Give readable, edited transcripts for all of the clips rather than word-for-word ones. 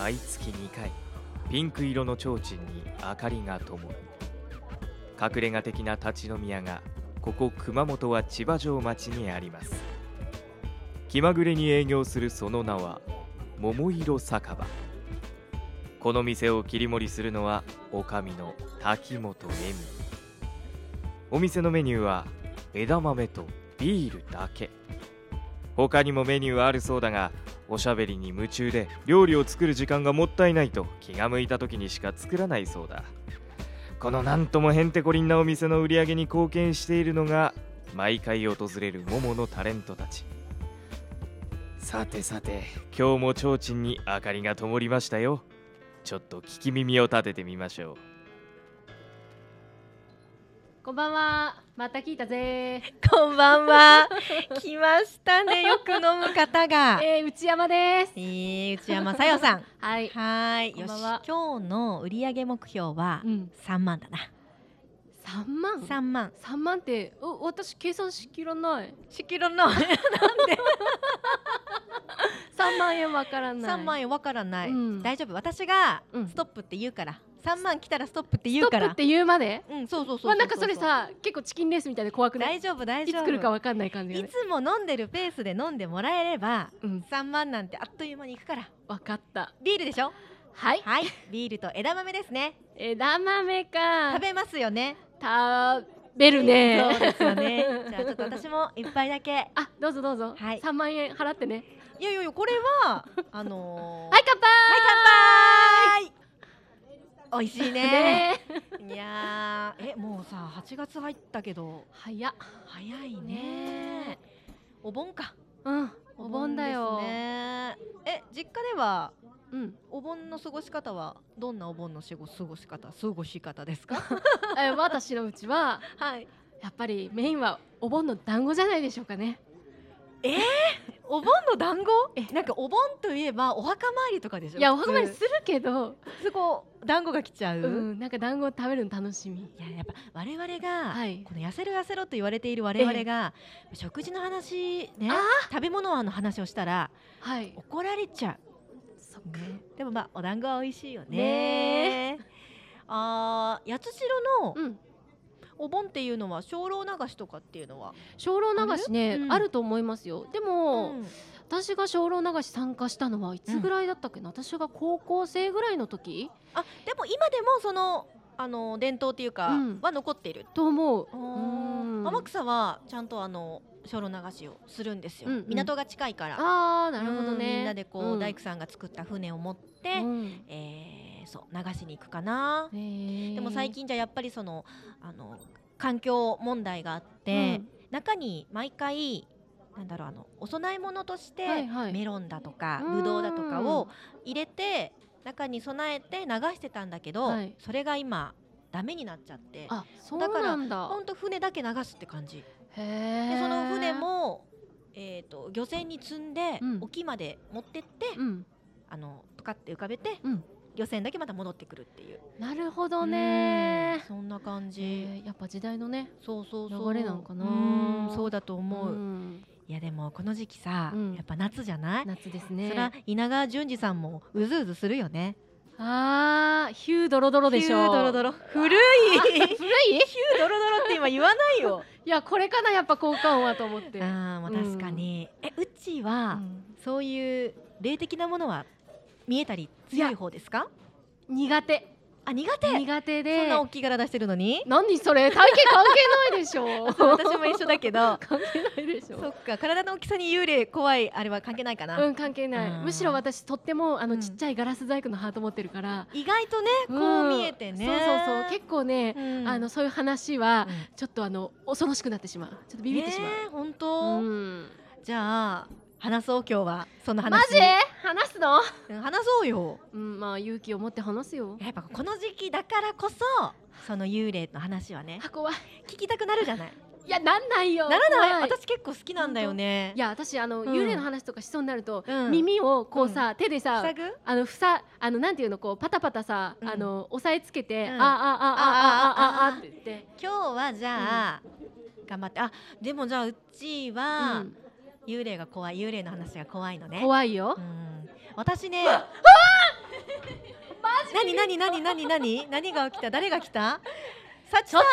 毎月2回ピンク色の提灯に明かりが灯る。隠れ家的な立ち飲み屋がここ熊本は千葉城町にあります。気まぐれに営業するその名は桃色酒場。この店を切り盛りするのは女将の滝本恵美。お店のメニューは枝豆とビールだけ。他にもメニューはあるそうだが、おしゃべりに夢中で料理を作る時間がもったいないと気が向いた時にしか作らないそうだ。このなんともへんてこりんなお店の売り上げに貢献しているのが毎回訪れるモモのタレントたち。さてさて、今日も提灯に明かりが灯りましたよ。ちょっと聞き耳を立ててみましょう。 こんばんは、また聞いたぜ。 こんばんは。来ましたね、よく飲む方が。 内山です。 内山さよさん。 はい。 はい。よし、 こんばんは。 今日の売上目標は3万だな。 3万 ？3万。 3万って私計算しきらない。 しきらない。なんで ？3万円わからない。 3万円わからない。大丈夫。私がストップって言うから。3万来たらストップって言うから。 ストップって言うまで？ そう。 まあなんかそれさ、結構チキンレースみたいで怖くない？ 大丈夫。いつ来るかわかんない感じ。 いつも飲んでるペースで飲んでもらえれば、3万なんてあっという間にいくから。 わかった。 ビールでしょ？ はい。 ビールと枝豆ですね。 枝豆か。 食べますよね。 食べるね。 そうですよね。じゃあちょっと私も一杯だけ。 どうぞ。はい。3万円払ってね。 いやこれははい乾杯。 はい乾杯。美味しいね。いやもうさ8月入ったけど早いね。お盆か。 お盆だよ。 実家ではお盆の過ごし方はどんなお盆の過ごし方ですか？ 私のうちはやっぱりメインはお盆の団子じゃないでしょうかね。 お盆の団子？なんかお盆といえばお墓参りとかでしょ？ いやお墓参りするけど、 そこ団子が来ちゃう。 なんか団子を食べるの楽しみ。 いややっぱ我々がこの痩せろと言われている我々が食事の話ね、食べ物の話をしたら怒られちゃう。でもまあお団子は美味しいよね。八代のお盆っていうのは精霊流しとかっていうのは精霊流しね、あると思いますよ。でも、私が精霊流し参加したのはいつぐらいだったっけな、私が高校生ぐらいの時。 でも今でもその伝統っていうかは残っていると思う。 天草はちゃんと精霊流しをするんですよ。港が近いから。 なるほどね。 みんなでこう大工さんが作った船を持ってそう流しに行くかな。でも最近じゃやっぱりその環境問題があって、中に毎回お供え物としてメロンだとかブドウだとかを入れて中に備えて流してたんだけど、それが今ダメになっちゃって、だから本当船だけ流すって感じ。でその船も漁船に積んで沖まで持ってってプカって浮かべて漁船だけまた戻ってくるっていう。 なるほどね。 そんな感じ。 やっぱ時代のね流れなんかな。 そうだと思う。いやでもこの時期さやっぱ夏じゃない？ 夏ですね。 そら稲川淳二さんもうずうずするよね。 ヒュードロドロでしょ。 ヒュードロドロ。古いヒュードロドロって今言わないよ。 いやこれかなやっぱ効果音はと思って。 もう確かに。うちはそういう霊的なものは見えたり強い方ですか？ 苦手。 苦手で。そんな大きい柄出してるのに？ 何それ？体型関係ないでしょ。 私も一緒だけど。 関係ないでしょ。 そっか、体の大きさに幽霊怖いあれは関係ないかな。 関係ない。むしろ私とってもちっちゃいガラス細工のハート持ってるから。 意外とねこう見えてね。 そう結構ねそういう話はちょっと恐ろしくなってしまう。ちょっとビビってしまう。 本当？じゃあ。話そう今日はその話。 マジ？話すの？ 話そうよ。 まあ勇気を持って話すよ。 やっぱこの時期だからこそその幽霊の話はね。 怖い。 聞きたくなるじゃない。 いやなんないよ。 ならない。私結構好きなんだよね。 いや私幽霊の話とかしそうになると耳をこうさ手でさなんていうのこうパタパタさ押さえつけてあって言って。 今日はじゃあ頑張って。でもじゃあうちは。幽霊の話が怖いのね。 怖いよ。 私ね。 何が起きた？誰が来た？さちさん。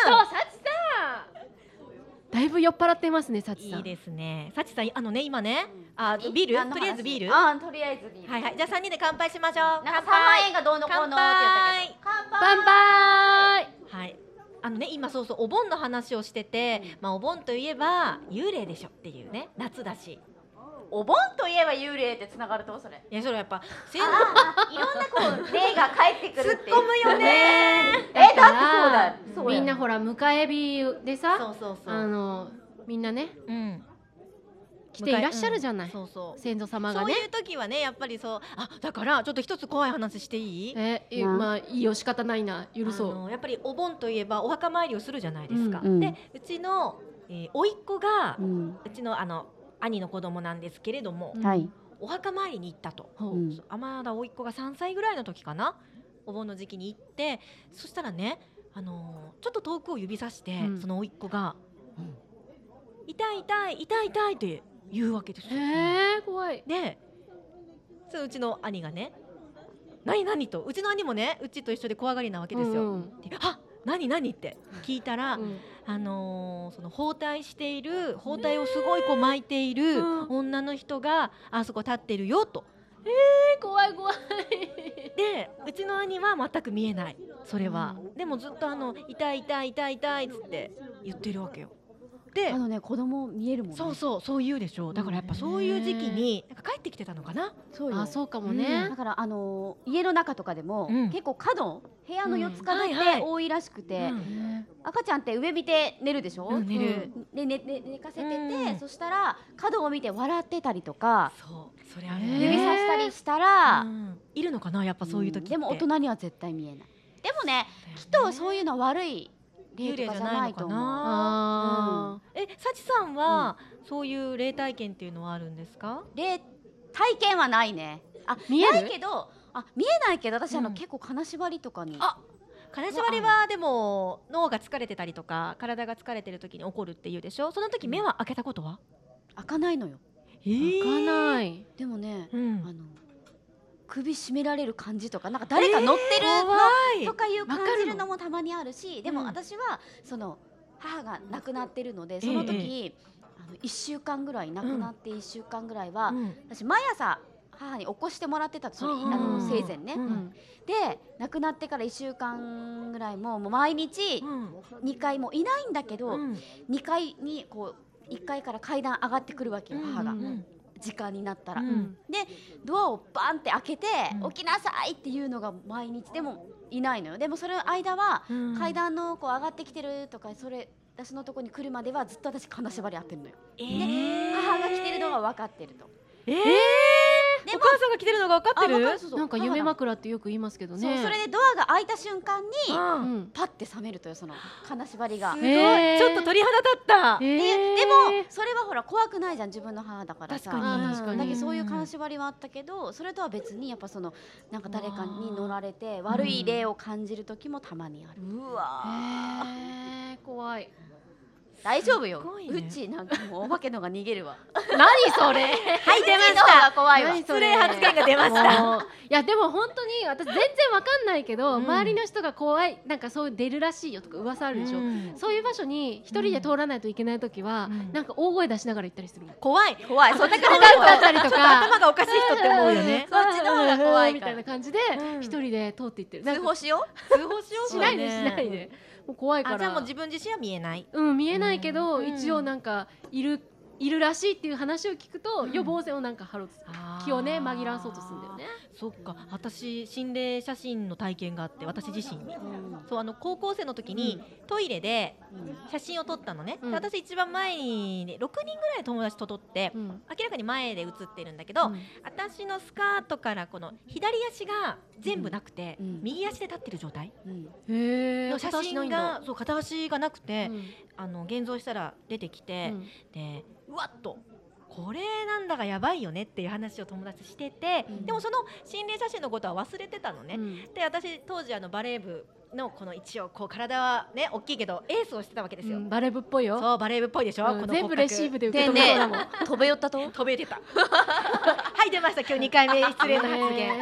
だいぶ酔っ払ってますね、さちさん。 いいですね。さちさん、今ね、ビール？とりあえずビール？ とりあえずビール。 はいはい。じゃあ3人で乾杯しましょう。 なんか3万円がどうのこうのって言ったけど。 乾杯。 はい。今そうお盆の話をしてて、お盆といえば幽霊でしょっていうね、夏だし。 お盆といえば幽霊ってつながるとそれ。 いや、それやっぱいろんな霊が帰ってくるって突っ込むよね。 だってそうだ。 みんなほら迎え火でさ、みんなね、来ていらっしゃるじゃない。先祖様がね。 そういう時はね、やっぱりだからちょっと一つ怖い話していい？ まあいいよ、仕方ないな、許そう。 やっぱりお盆といえばお墓参りをするじゃないですか。で、うちの甥っ子がうちの兄の子供なんですけれども、お墓参りに行ったと。まだ甥っ子が3歳ぐらいの時かな、お盆の時期に行って、そしたらね、ちょっと遠くを指さして、その甥っ子が痛い痛い痛い痛いって言うわけですよ。 怖い。 で、うちの兄がね、何何と、うちの兄もね、うちと一緒で怖がりなわけですよ。何何って聞いたら、その包帯している、包帯をすごい巻いている女の人があそこ立ってるよと。 怖い怖い。 で、うちの兄は全く見えない、それは。でもずっと痛い痛い痛い痛いっつって言ってるわけよ。で、 子供見えるもんね。 そう言うでしょ。だからやっぱそういう時期に帰ってきてたのかな。 そうかもね。 だから家の中とかでも結構部屋の四つ角って多いらしくて、赤ちゃんって上見て寝るでしょ。寝る。で寝かせてて、そしたら角を見て笑ってたりとか、 それある指さしたりしたらいるのかな、やっぱそういう時って。 でも大人には絶対見えない。でもね、きっとそういうの悪い霊とかじゃないと思う。 さちさんはそういう霊体験っていうのはあるんですか？ 霊体験はないね。見えないけど、私結構金縛りとかに。 金縛りはでも脳が疲れてたりとか体が疲れてる時に起こるっていうでしょ。その時目は開けたことは？ 開かないのよ。 開かない。 でもね、首絞められる感じとか、なんか誰か乗ってるのとかいう感じるのもたまにあるし、でも私は母が亡くなってるので、その時1週間ぐらい亡くなって1週間ぐらいは私毎朝母に起こしてもらってたと、生前ね。で亡くなってから1週間ぐらいもう毎日2回もいないんだけど、2階に1階から階段上がってくるわけよ、母が。時間になったら、でドアをバンって開けて、起きなさいっていうのが毎日。でもいないのよ。でもその間は階段の上がってきてるとか、私のとこに来るまではずっと私金縛り当てるのよ。で母が来てるのが分かってると。 お母さんが来てるのが分かってる？ なんか夢枕ってよく言いますけどね。 それでドアが開いた瞬間にパッて覚めるとよ、その金縛りが。 すごい、ちょっと鳥肌立った。 でもそれはほら怖くないじゃん、自分の母だからさ。だけどそういう金縛りはあったけど、それとは別にやっぱなんか誰かに乗られて悪い霊を感じる時もたまにある。 うわ、怖い。 大丈夫よ。うちなんかもうお化けのが逃げるわ。 何それ。 はい、出ました。 怖いわ。 失礼発言が出ました。 いやでも本当に私全然わかんないけど、周りの人が怖い、なんかそういう出るらしいよとか噂あるでしょ。そういう場所に一人で通らないといけない時は、なんか大声出しながら行ったりする。 怖い。 そんな感じだったりとか、 頭がおかしい人って思うよね。 そっちの方が怖いみたいな感じで一人で通っていってる。 通報しよう。しないで。もう怖いから。 じゃあもう自分自身は見えない。 見えないけど一応なんかいるらしいっていう話を聞くと、予防線をなんか張ろうとする。気をね紛らわそうとするんだよね。 そっか、私心霊写真の体験があって、私自身に、高校生の時にトイレで写真を撮ったのね。私一番前に6人ぐらい友達と撮って、明らかに前で写ってるんだけど、私のスカートからこの左足が全部なくて、右足で立ってる状態の写真が、片足がなくて、現像したら出てきて、でうわっとこれなんだかやばいよねっていう話を友達してて、でもその心霊写真のことは忘れてたのね。で私当時バレー部のこの一応体はね大きいけどエースをしてたわけですよ。 バレー部っぽいよ。 そうバレー部っぽいでしょ。この全部レシーブで受け止めたもん。飛べ寄ったと。 飛べてた。はい出ました、今日2回目失礼な発言。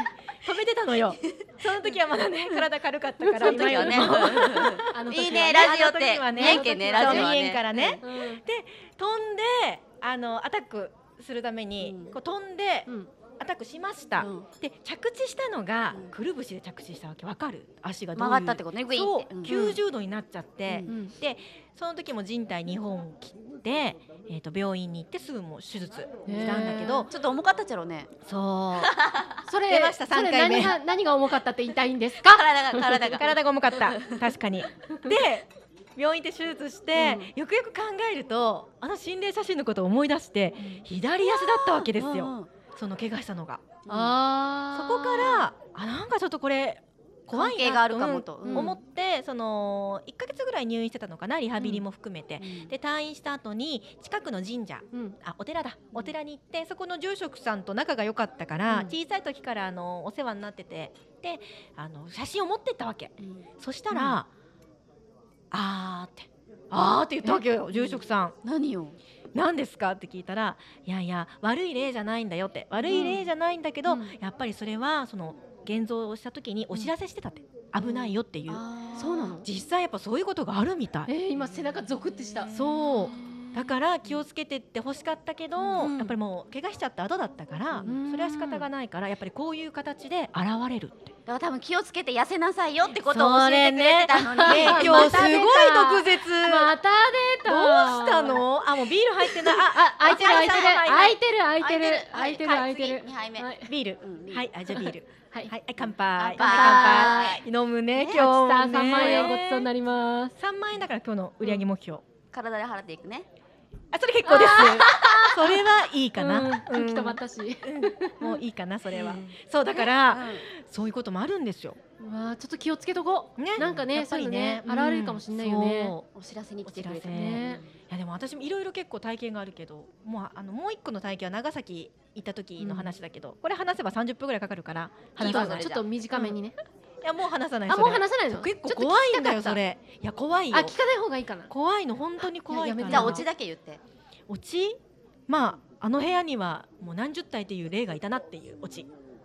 止めてたのよ。その時はまだね体軽かったから。 その時はねいいねラジオって三重県ねラジオはね。 三重からね。で飛んでアタックするためにこう飛んでアタックしました。で着地したのがくるぶしで着地したわけ。わかる？足が曲がったってことね。 そう90度になっちゃって、でその時も靭帯2本切って、病院に行ってすぐもう手術したんだけど、 ちょっと重かったっちゃろうね。 そうそれ出ました3回目。 何が重かったって言いたいんですか？ 体が重かった。確かに。で病院で手術して、よくよく考えると心霊写真のことを思い出して、左足だったわけですよ。その怪我したのが。そこからなんかちょっとこれ怖いながあるかもと思って、その1ヶ月ぐらい入院してたのかな、リハビリも含めて。で退院した後に近くの神社、お寺に行って、そこの住職さんと仲が良かったから、小さい時からお世話になってて、で写真を持ってったわけ。そしたらあーって言ったわけよ、住職さん。 何よ何ですかって聞いたら、いやいや悪い例じゃないんだよって。悪い例じゃないんだけど、やっぱりそれはその現像をした時にお知らせしてたって、危ないよっていう。 そうなの？ 実際やっぱそういうことがあるみたい。 今背中ゾクってした。 そうだから気をつけてって欲しかったけど、やっぱりもう怪我しちゃった後だったから、それは仕方がないから、やっぱりこういう形で現れるって。 だから多分気をつけて痩せなさいよってことを教えてくれてたのに、 今日すごい毒舌。 また出た。 どうしたの？もうビール入ってない。 開いてる。 2 杯目ビール。はい、じゃあビール。はい、乾杯。 飲むね、今日はね。3万円ごちそうになります。 3万円だから今日の売上目標。 体で払っていくね。 それ結構です。それはいいかな。 空気止まったし。 もういいかな、それは。そうだから、そういうこともあるんですよ。 わあ、ちょっと気をつけとこう。なんかね、そういうのね、現れるかもしれないよね。 お知らせに来てくれたね。 いやでも私もいろいろ結構体験があるけど、もう一個の体験は長崎行った時の話だけど、これ話せば30分ぐらいかかるから話さない。 ちょっと短めにね。 いやもう話さない。 もう話さないの？ 結構怖いんだよそれ。いや怖いよ。 聞かない方がいいかな。 怖いの、本当に怖いから。 じゃあオチだけ言って。 オチ？まあ部屋にはもう何十体っていう霊がいたなっていうオチ。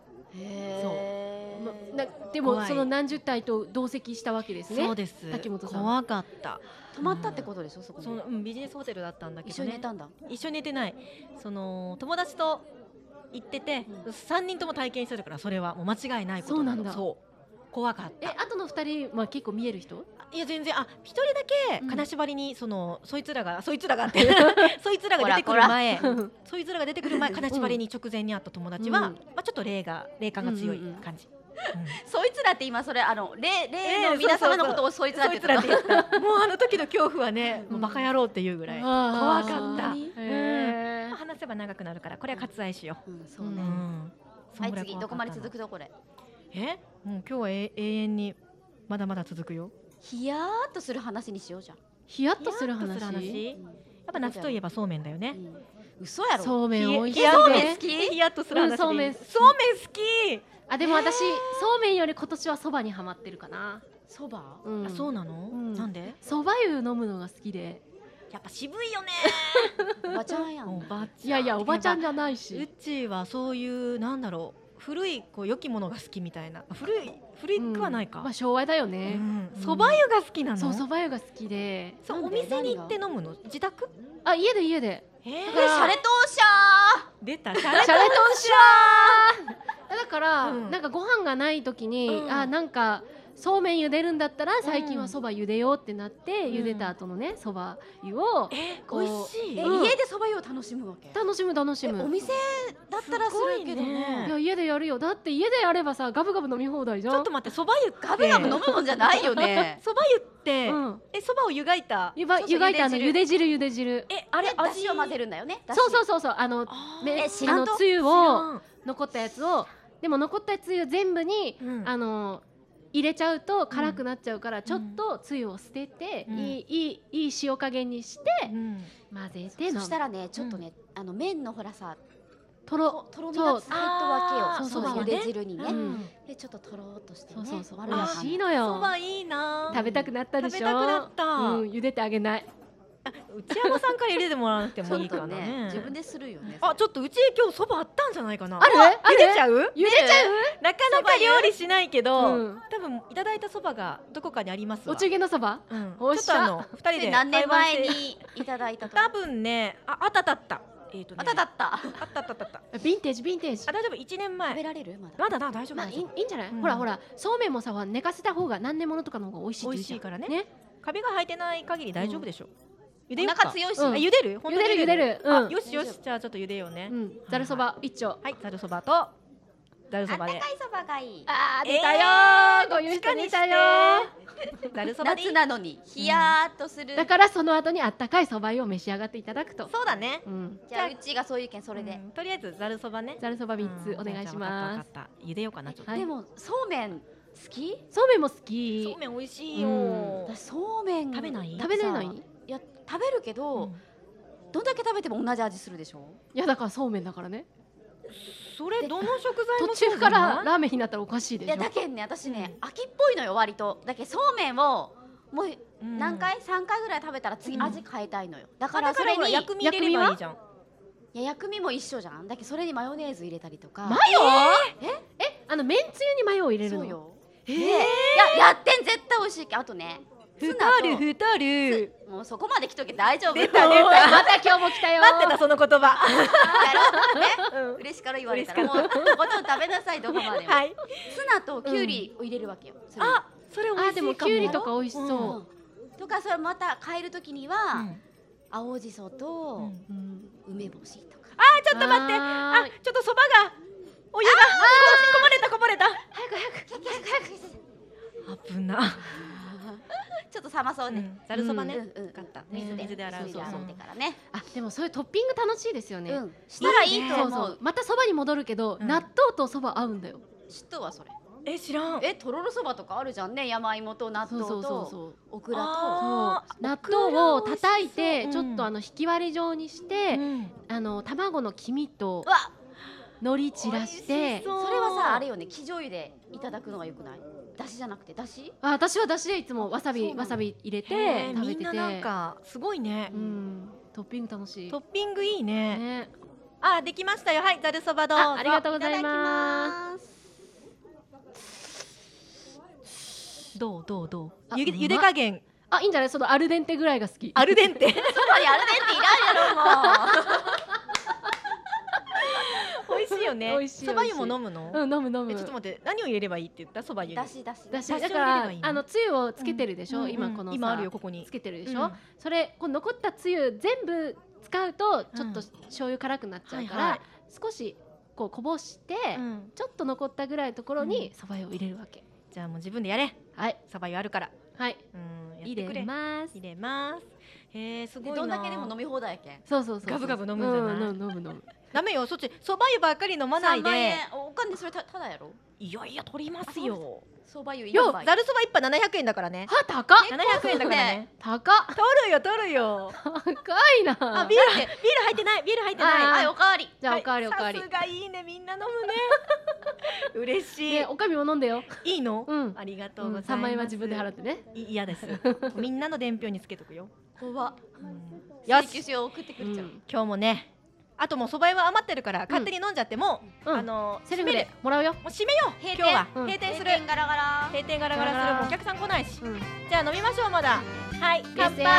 でもその何十体と同席したわけですね。 そうです。 滝本さん。 怖かった。 泊まったってことでしょ、そこに。 ビジネスホテルだったんだけどね。 一緒に寝たんだ。 一緒に寝てない。その友達と行ってて、3人とも体験してるから、それはもう間違いないこと。 そうなんだ。 そう。怖かった。 後の2人は結構見える人？ いや全然、一人だけ金縛りにそいつらがってそいつらが出てくる前、そいつらが出てくる前、金縛りに直前に会った友達はちょっと霊感が強い感じ。 そいつらって今それ霊の皆様のことをそいつらって言った。 もう時の恐怖はね、バカ野郎っていうぐらい怖かった。話せば長くなるから、これは割愛しよう。 そうね。はい、次どこまで続くのこれ？ もう今日は永遠にまだまだ続くよ。 ヒヤーっとする話にしようじゃん。 ヒヤッとする話？ やっぱ夏といえばそうめんだよね。 嘘やろ。 そうめん美味しい。 そうめん好き？ヒヤッとする話。 そうめん好き。でも私そうめんより今年はそばにハマってるかな。 そば？ そうなの？なんで？ そば湯飲むのが好きで。 やっぱ渋いよね。おばちゃんやん。 いやいやおばちゃんじゃないし。 うちはそういうなんだろう、古い良きものが好きみたいな。古くはないか。 昭和だよね。 そば湯が好きなの？ そう、そば湯が好きで。 お店に行って飲むの？自宅？ 家で。 シャレトーシャー。 出た。 シャレトーシャー。だからなんかご飯がない時になんかそうめん茹でるんだったら最近はそば茹でようってなって、茹でた後のねそば湯を美味しい。 家でそば湯を楽しむわけ？ 楽しむ。 お店だったらするけどね。 いや家でやるよ。だって家でやればさガブガブ飲み放題じゃん。 ちょっと待って、そば湯ガブガブ飲むもんじゃないよね。 そば湯ってそばを湯がいた湯がいた茹で汁。 あれ味を混ぜるんだよね。 そうつゆを残ったやつを、でも残ったつゆ全部に入れちゃうと辛くなっちゃうから、ちょっとつゆを捨てて、いい塩加減にして混ぜて。 そしたらね、ちょっとね麺のほらさとろみが入ったわけよ。そば茹で汁にね。でちょっととろっとしてね。 美味しいのよ。 そばいいな。 食べたくなったでしょ。 食べたくなった。 茹でてあげない。 内山さんから入れてもらわなくてもいいかなね。 自分でするよね。 あ、ちょっとうち今日そばあったんじゃないかな。 ある？ 茹でちゃう？ 茹でちゃう？ なかなか料理しないけど、 多分いただいたそばがどこかにありますわ。 お中元のそば？ ちょっと2人で何年前にいただいたと？ 多分ね、あった。 あった。 ヴィンテージ。 大丈夫、1年前。 食べられる？ まだ大丈夫。 いいんじゃない？ほらそうめんもさ寝かせた方が何年ものとかの方が美味しい。 美味しいからね。カビが生えてない限り大丈夫でしょ。茹でようか。強いし。 茹でる？ 茹でる。 よし、じゃあちょっと茹でようね。 ざるそば一丁。 はい、ざるそばとざるそばで。 温かいそばがいい。 出たよ。こういう人にしたよ。 ざるそばでいい。 夏なのにヒヤーっとする。 だからその後にあったかいそば湯を召し上がっていただくと。 そうだね。 じゃあうちがそういう意見それで。 とりあえずざるそばね。 ざるそば3つお願いします。 茹でようかなちょっと。 でもそうめん好き？ そうめんも好き。 そうめん美味しいよ。 私そうめん食べない？いや食べるけどどんだけ食べても同じ味するでしょ。 いやだからそうめんだからね。 それどの食材も途中からラーメンになったらおかしいでしょ。 いやだけんね私ね秋っぽいのよ割と。だけそうめんをもう何回3回ぐらい食べたら次味変えたいのよ。だからそれに薬味入れればいいじゃん。 いや薬味も一緒じゃん。だけどそれにマヨネーズ入れたりとか。 マヨ？めんつゆにマヨを入れるの？ そうよ。やってん絶対美味しいけどあとね。 太る。 もうそこまで来とけ大丈夫。 出た。 また今日も来たよ。 待ってたその言葉。 嬉しから言われたらもうとことん食べなさいどこまでも。 はい。 ツナとキュウリを入れるわけよ。 あ、それ美味しいかも。 でもキュウリとか美味しそう。 とかそれまた変えるときには青じそと梅干しとか。 ちょっと待って。ちょっとそばがお湯がこぼれた。早く。危な。 ちょっと冷まそうね。 ざるそばね。 水で洗うからね。 でもそういうトッピング楽しいですよね。 したらいいと思う。 またそばに戻るけど納豆とそば合うんだよ。 知っとはそれ。 知らん。 とろろそばとかあるじゃんね。山芋と納豆とオクラと納豆を叩いてちょっと引き割り状にして卵の黄身と海苔散らして。 それはさあれよね。生醤油でいただくのがよくない？だしじゃなくてだし？ 私はだしでいつもわさび入れて食べてて。 みんななんかすごいね。 トッピング楽しい。 トッピングいいね。できましたよ。はい、ざるそばどうぞ。 ありがとうございます。 どう茹で加減。 いいんじゃない？そのアルデンテぐらいが好き。 アルデンテ。 そばにアルデンテいらんやろもう。 美味しいよね。そば湯も飲むの？ 飲む。 ちょっと待って、何を入れればいいって言った？そば湯。 だし。 だからつゆをつけてるでしょ。今この今あるよここにつけてるでしょ。それ残ったつゆ全部使うとちょっと醤油辛くなっちゃうから少しこぼしてちょっと残ったぐらいのところにそば湯を入れるわけ。 じゃあもう自分でやれ。はい。そば湯あるから。 はい。入れます。 すごいな。 どんだけでも飲み放題やけん。 そう。 ガブガブ飲むんじゃない？ 飲む。 ダメよ、そっちそば湯ばっかり飲まないで。 お金それただやろ？ いや取りますよ。 そば湯ざるそば一杯700円だからね。 高っ。 700円だからね。 高っ。 取るよ。 高いな。 ビール入ってない。 はい、おかわり。 じゃあおかわり。 さすがいいね、みんな飲むね。嬉しい。 おかみも飲んでよ。 いいの？ありがとうございます。 3万円は自分で払ってね。 嫌です。みんなの伝票につけとくよ。 怖。 よし。請求書を送ってくるじゃん。 今日もね。あともうそば湯は余ってるから勝手に飲んじゃってもセルフでもらうよ。 もう閉めよう。今日は閉店する。 閉店ガラガラ。 閉店ガラガラする。お客さん来ないし。じゃあ飲みましょうまだ。はい。 乾杯。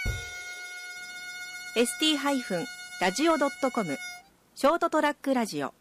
ST-radio.com ショートトラックラジオ